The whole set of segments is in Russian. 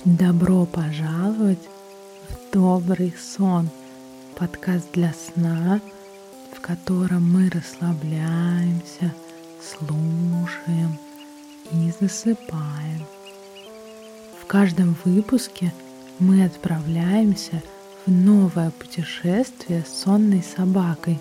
Добро пожаловать в «Добрый сон» — подкаст для сна, в котором мы расслабляемся, слушаем и засыпаем. В каждом выпуске мы отправляемся в новое путешествие с сонной собакой.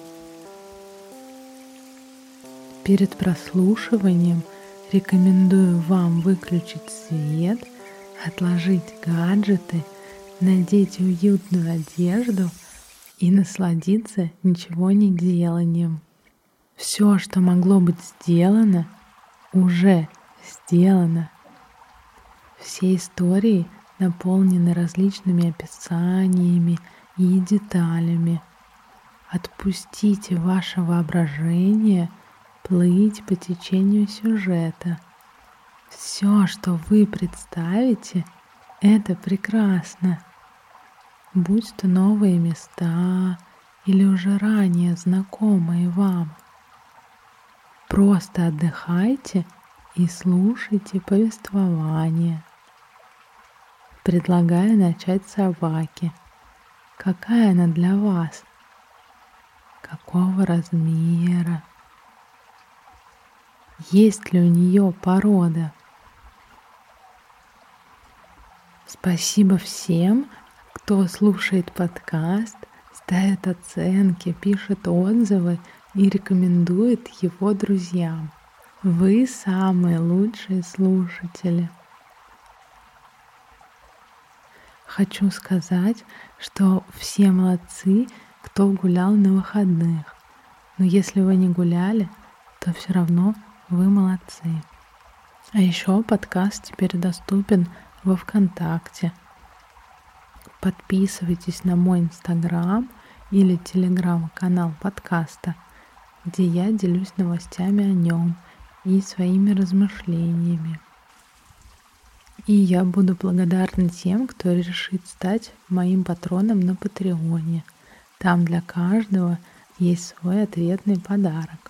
Перед прослушиванием рекомендую вам выключить свет, отложить гаджеты, надеть уютную одежду и насладиться ничего не деланием. Все, что могло быть сделано, уже сделано. Все истории наполнены различными описаниями и деталями. Отпустите ваше воображение плыть по течению сюжета. Все, что вы представите, это прекрасно. Будь то новые места или уже ранее знакомые вам. Просто отдыхайте и слушайте повествование. Предлагаю начать с собаки. Какая она для вас? Какого размера? Есть ли у нее порода? Спасибо всем, кто слушает подкаст, ставит оценки, пишет отзывы и рекомендует его друзьям. Вы самые лучшие слушатели. Хочу сказать, что все молодцы, кто гулял на выходных. Но если вы не гуляли, то все равно вы молодцы. А еще подкаст теперь доступен во ВКонтакте. Подписывайтесь на мой Инстаграм или Телеграм-канал подкаста, где я делюсь новостями о нем и своими размышлениями. И я буду благодарна тем, кто решит стать моим патроном на Патреоне. Там для каждого есть свой ответный подарок.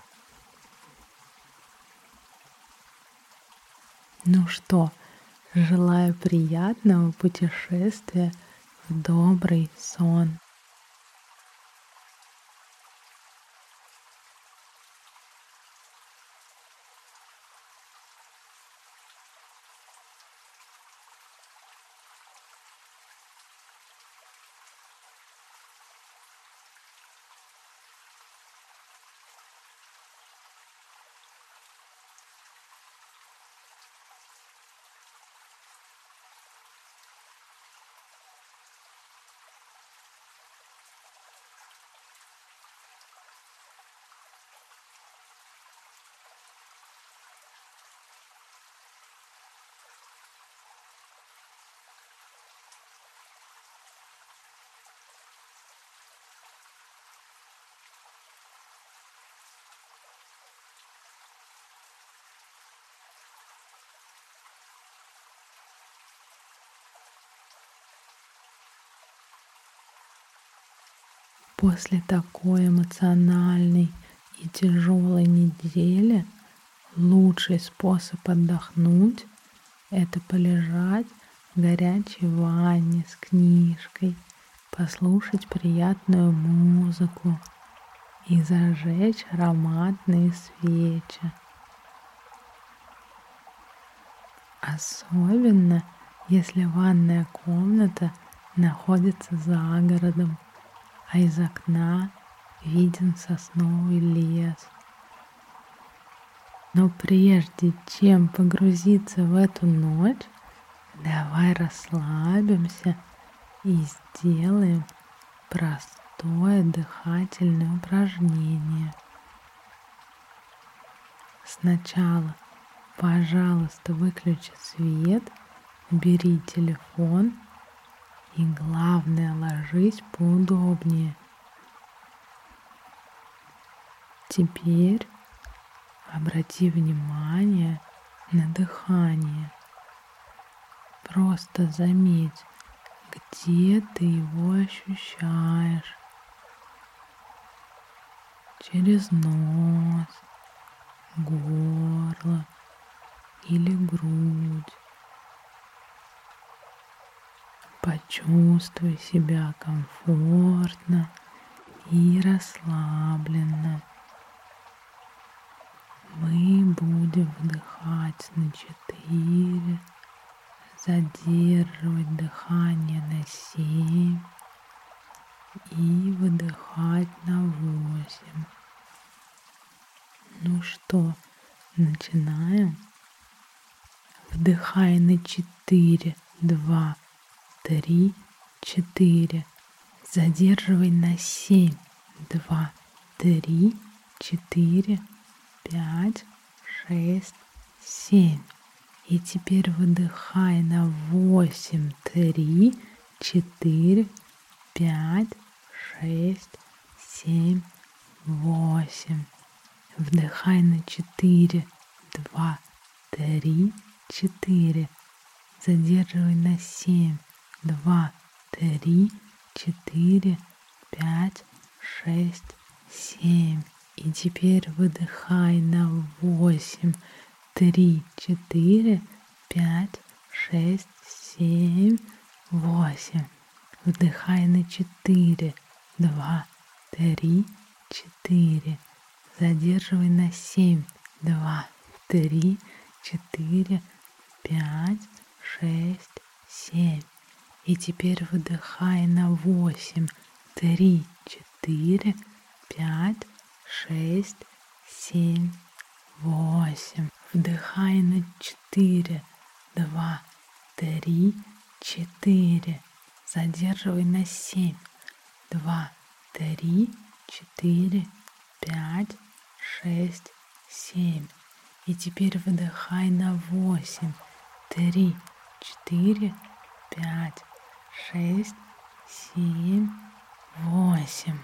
Ну что, желаю приятного путешествия в добрый сон. После такой эмоциональной и тяжелой недели лучший способ отдохнуть — это полежать в горячей ванне с книжкой, послушать приятную музыку и зажечь ароматные свечи. Особенно, если ванная комната находится за городом, а из окна виден сосновый лес. Но прежде чем погрузиться в эту ночь, давай расслабимся и сделаем простое дыхательное упражнение. Сначала, пожалуйста, выключи свет, убери телефон и, главное, ложись поудобнее. Теперь обрати внимание на дыхание. Просто заметь, где ты его ощущаешь. Через нос, горло или грудь. Почувствуй себя комфортно и расслабленно. Мы будем вдыхать на 4, задерживать дыхание на 7 и выдыхать на 8. Ну что, начинаем? Вдыхай на 4, 2, 3, 4. Задерживай на 7, 2, 3, 4, 5, 6, 7. И теперь выдыхай на 8, 3, 4, 5, 6, 7, 8. Вдыхай на 4, 2, 3, 4. Задерживай на 7, 2, 3, 4, 5, 6, 7. И теперь выдыхай на 8, 3, 4, 5, 6, 7, 8. Вдыхай на 4, 2, 3, 4. Задерживай на 7, 2, 3, 4, 5, 6, 7. И теперь выдыхай на 8, 3, 4, 5, 6, 7, 8. Вдыхай на 4, 2, 3, 4. Задерживай на 7, 2, 3, 4, 5, 6, 7. И теперь выдыхай на 8, 3, 4, 5, 6, 7, 8.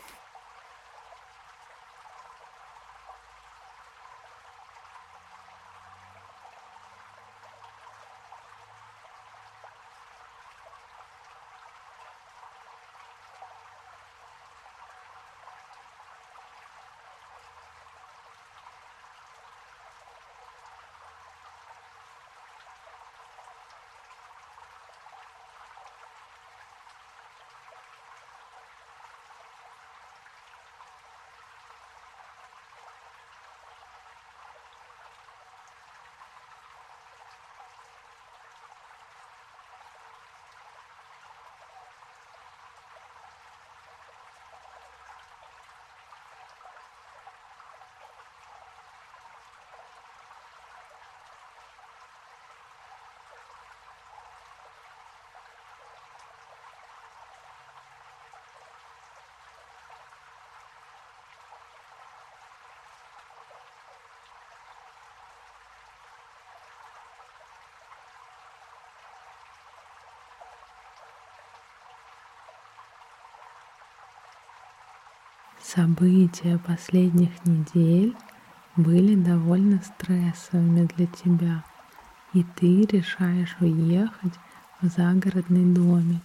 События последних недель были довольно стрессовыми для тебя, и ты решаешь уехать в загородный домик.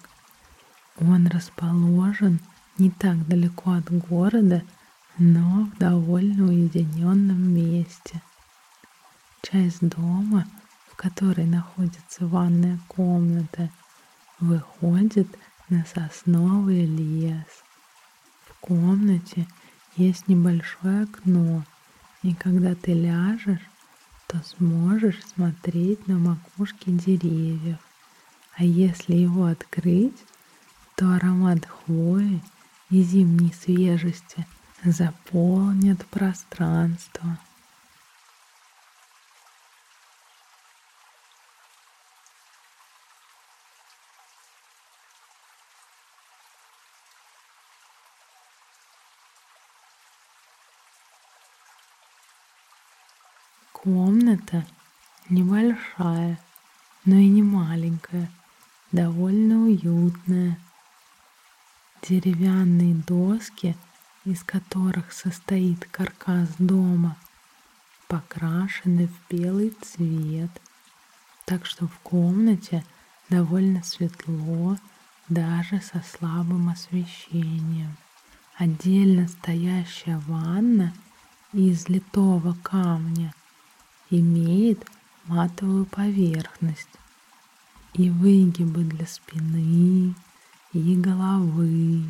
Он расположен не так далеко от города, но в довольно уединенном месте. Часть дома, в которой находится ванная комната, выходит на сосновый лес. В комнате есть небольшое окно, и когда ты ляжешь, то сможешь смотреть на макушки деревьев. А если его открыть, то аромат хвои и зимней свежести заполнят пространство. Комната небольшая, но и не маленькая, довольно уютная. Деревянные доски, из которых состоит каркас дома, покрашены в белый цвет, так что в комнате довольно светло, даже со слабым освещением. Отдельно стоящая ванна из литого камня имеет матовую поверхность. и выгибы для спины и головы.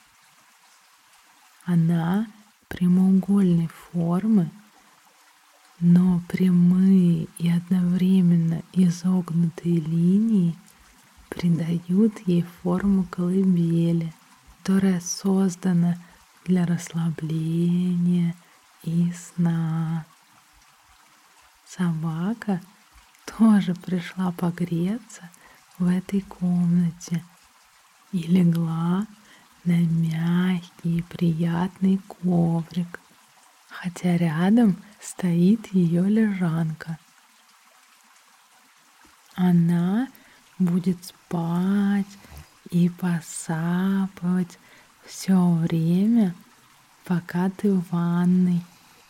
Она прямоугольной формы, но прямые и одновременно изогнутые линии придают ей форму колыбели, которая создана для расслабления и сна. Собака тоже пришла погреться в этой комнате и легла на мягкий и приятный коврик, хотя рядом стоит ее лежанка. Она будет спать и посапывать все время, пока ты в ванной.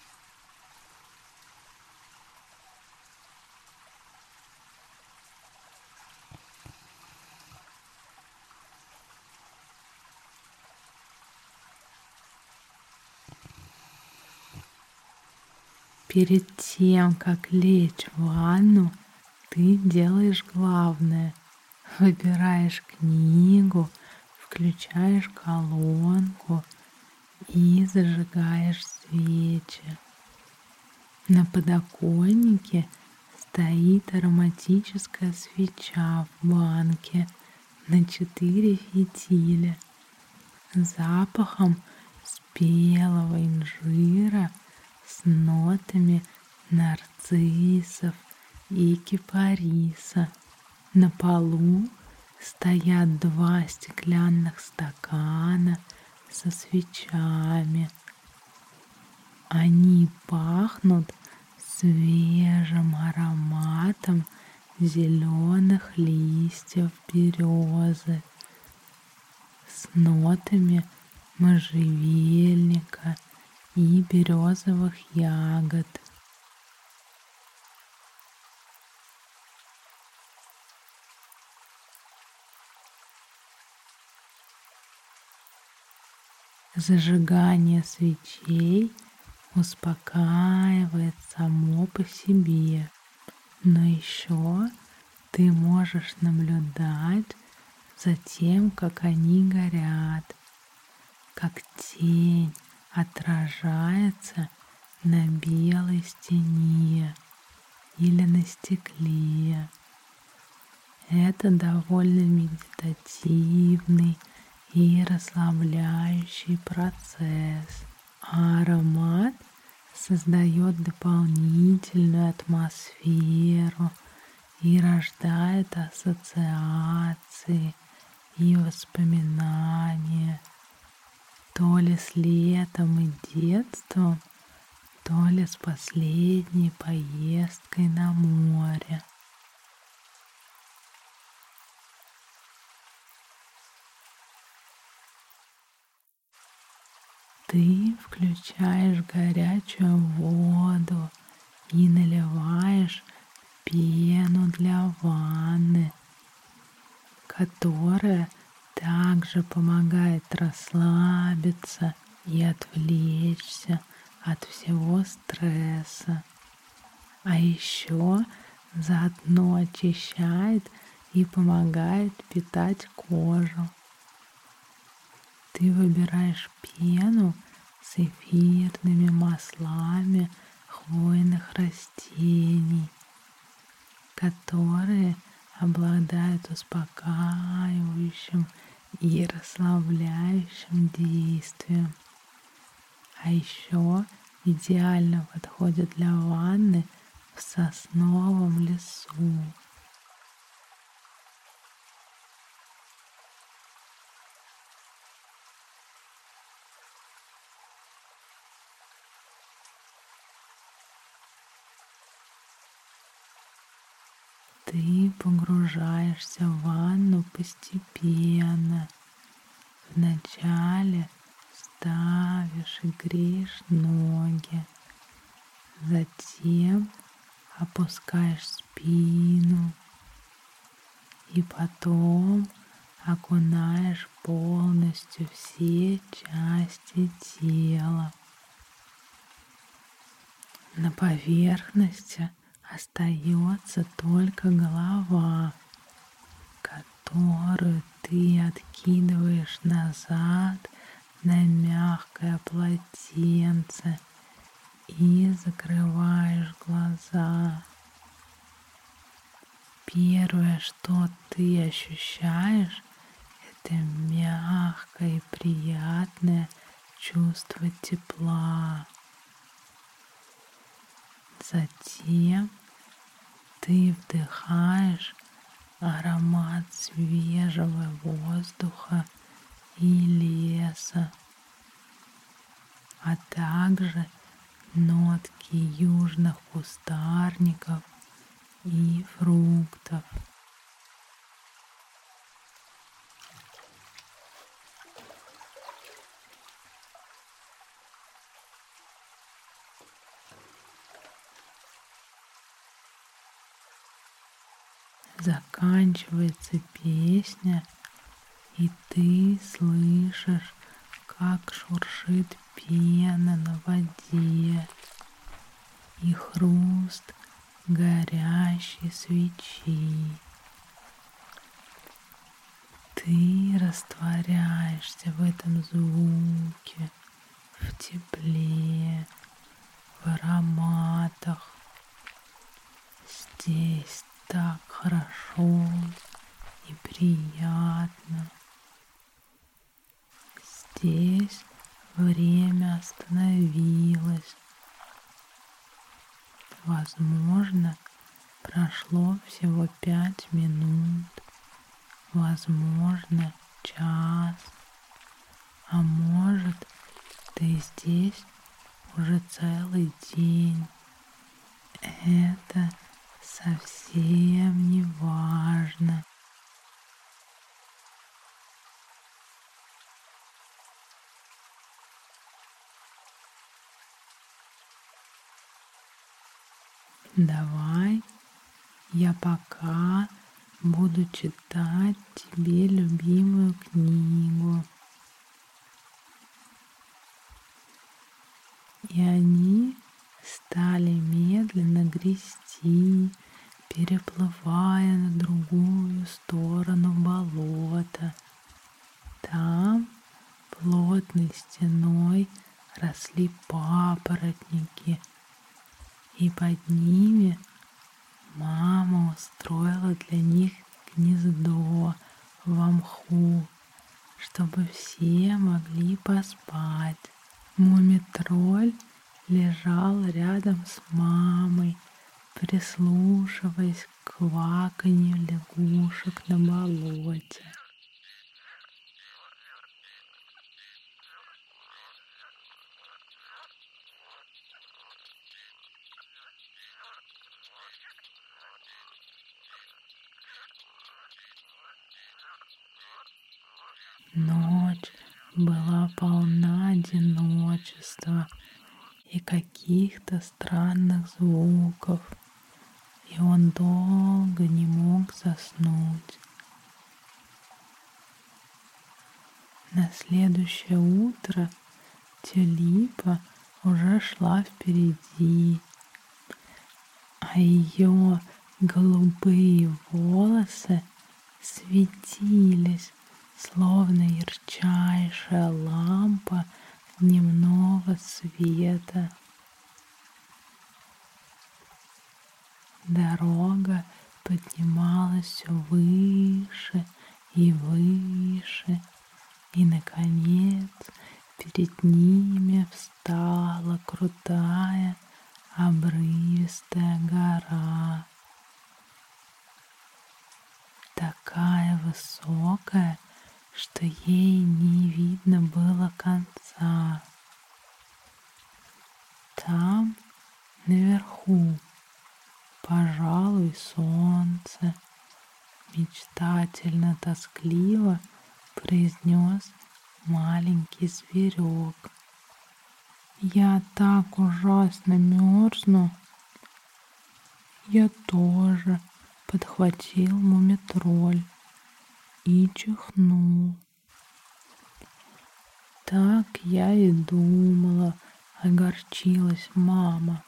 Перед тем, как лечь в ванну, ты делаешь главное. Выбираешь книгу, включаешь колонку и зажигаешь свечи. На подоконнике стоит ароматическая свеча в банке на 4 фитиля с запахом спелого инжира с нотами нарциссов и кипариса. На полу стоят 2 стеклянных стакана со свечами. Они пахнут свежим ароматом зеленых листьев березы с нотами можжевельника и березовых ягод. Зажигание свечей успокаивает само по себе, но еще ты можешь наблюдать за тем, как они горят, как тень отражается на белой стене или на стекле. Это довольно медитативный и расслабляющий процесс. А аромат создает дополнительную атмосферу и рождает ассоциации и воспоминания, то ли с летом и детством, то ли с последней поездкой на море. Ты включаешь горячую воду и наливаешь пену для ванны, которая также помогает расслабиться и отвлечься от всего стресса. А еще заодно очищает и помогает питать кожу. Ты выбираешь пену с эфирными маслами хвойных растений, которые обладают успокаивающим и расслабляющим действием. А еще идеально подходит для ванны в сосновом лесу. Ты погружаешься в ванну постепенно. Вначале ставишь и греешь ноги, затем опускаешь спину и потом окунаешь полностью все части тела. На поверхности остается только голова, которую ты откидываешь назад на мягкое полотенце и закрываешь глаза. Первое, что ты ощущаешь, это мягкое и приятное чувство тепла. Затем ты вдыхаешь аромат свежего воздуха и леса, а также нотки южных кустарников и фруктов. Заканчивается песня, и ты слышишь, как шуршит пена на воде и хруст горящей свечи. Ты растворяешься в этом звуке, в тепле, в ароматах. Здесь так хорошо и приятно. Здесь время остановилось. Возможно, прошло всего 5 минут, возможно, час, а может, ты здесь уже целый день. Это совсем не важно. Давай я пока буду читать тебе любимую книгу. И они стали медленно грести, переплывая на другую сторону болота. Там плотной стеной росли папоротники, и под ними мама устроила для них гнездо в мху, чтобы все могли поспать. Мумитроль лежал рядом с мамой, прислушиваясь к кваканью лягушек на болоте. Ночь была полна одиночества и каких-то странных звуков, и он долго не мог заснуть. На следующее утро Тюлипа уже шла впереди, а ее голубые волосы светились, словно ярчайшая лампа дневного света. Дорога поднималась все выше и выше, и, наконец, перед ними встала крутая обрывистая гора. Такая высокая, что ей не видно было конца. Там, наверху, пожалуй, солнце, мечтательно-тоскливо произнес маленький зверек. Я так ужасно мерзну. Я тоже, подхватил Мумитроль и чихнул. Так я и думала, огорчилась мама.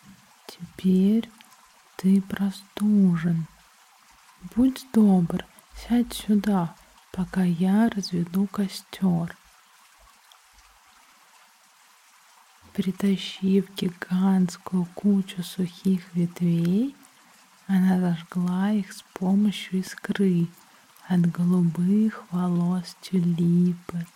Теперь ты простужен. Будь добр, Сядь сюда, пока я разведу костер. Притащив гигантскую кучу сухих ветвей, она зажгла их с помощью искры от голубых волос тюлипы.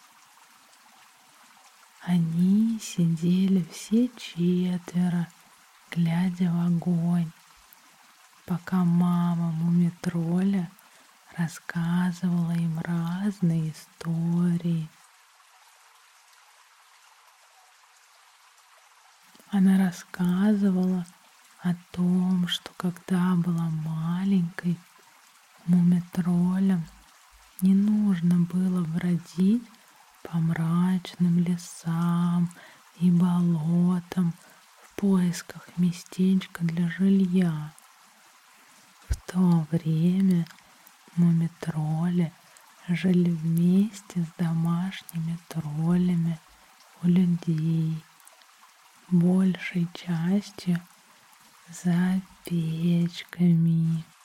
Они сидели все четверо, глядя в огонь, пока мама Мумитроля рассказывала им разные истории. Она рассказывала о том, что когда была маленькой, Мумитролям не нужно было бродить по мрачным лесам и болотам в поисках местечка для жилья. В то время мумитроли жили вместе с домашними троллями у людей, большей частью за печками.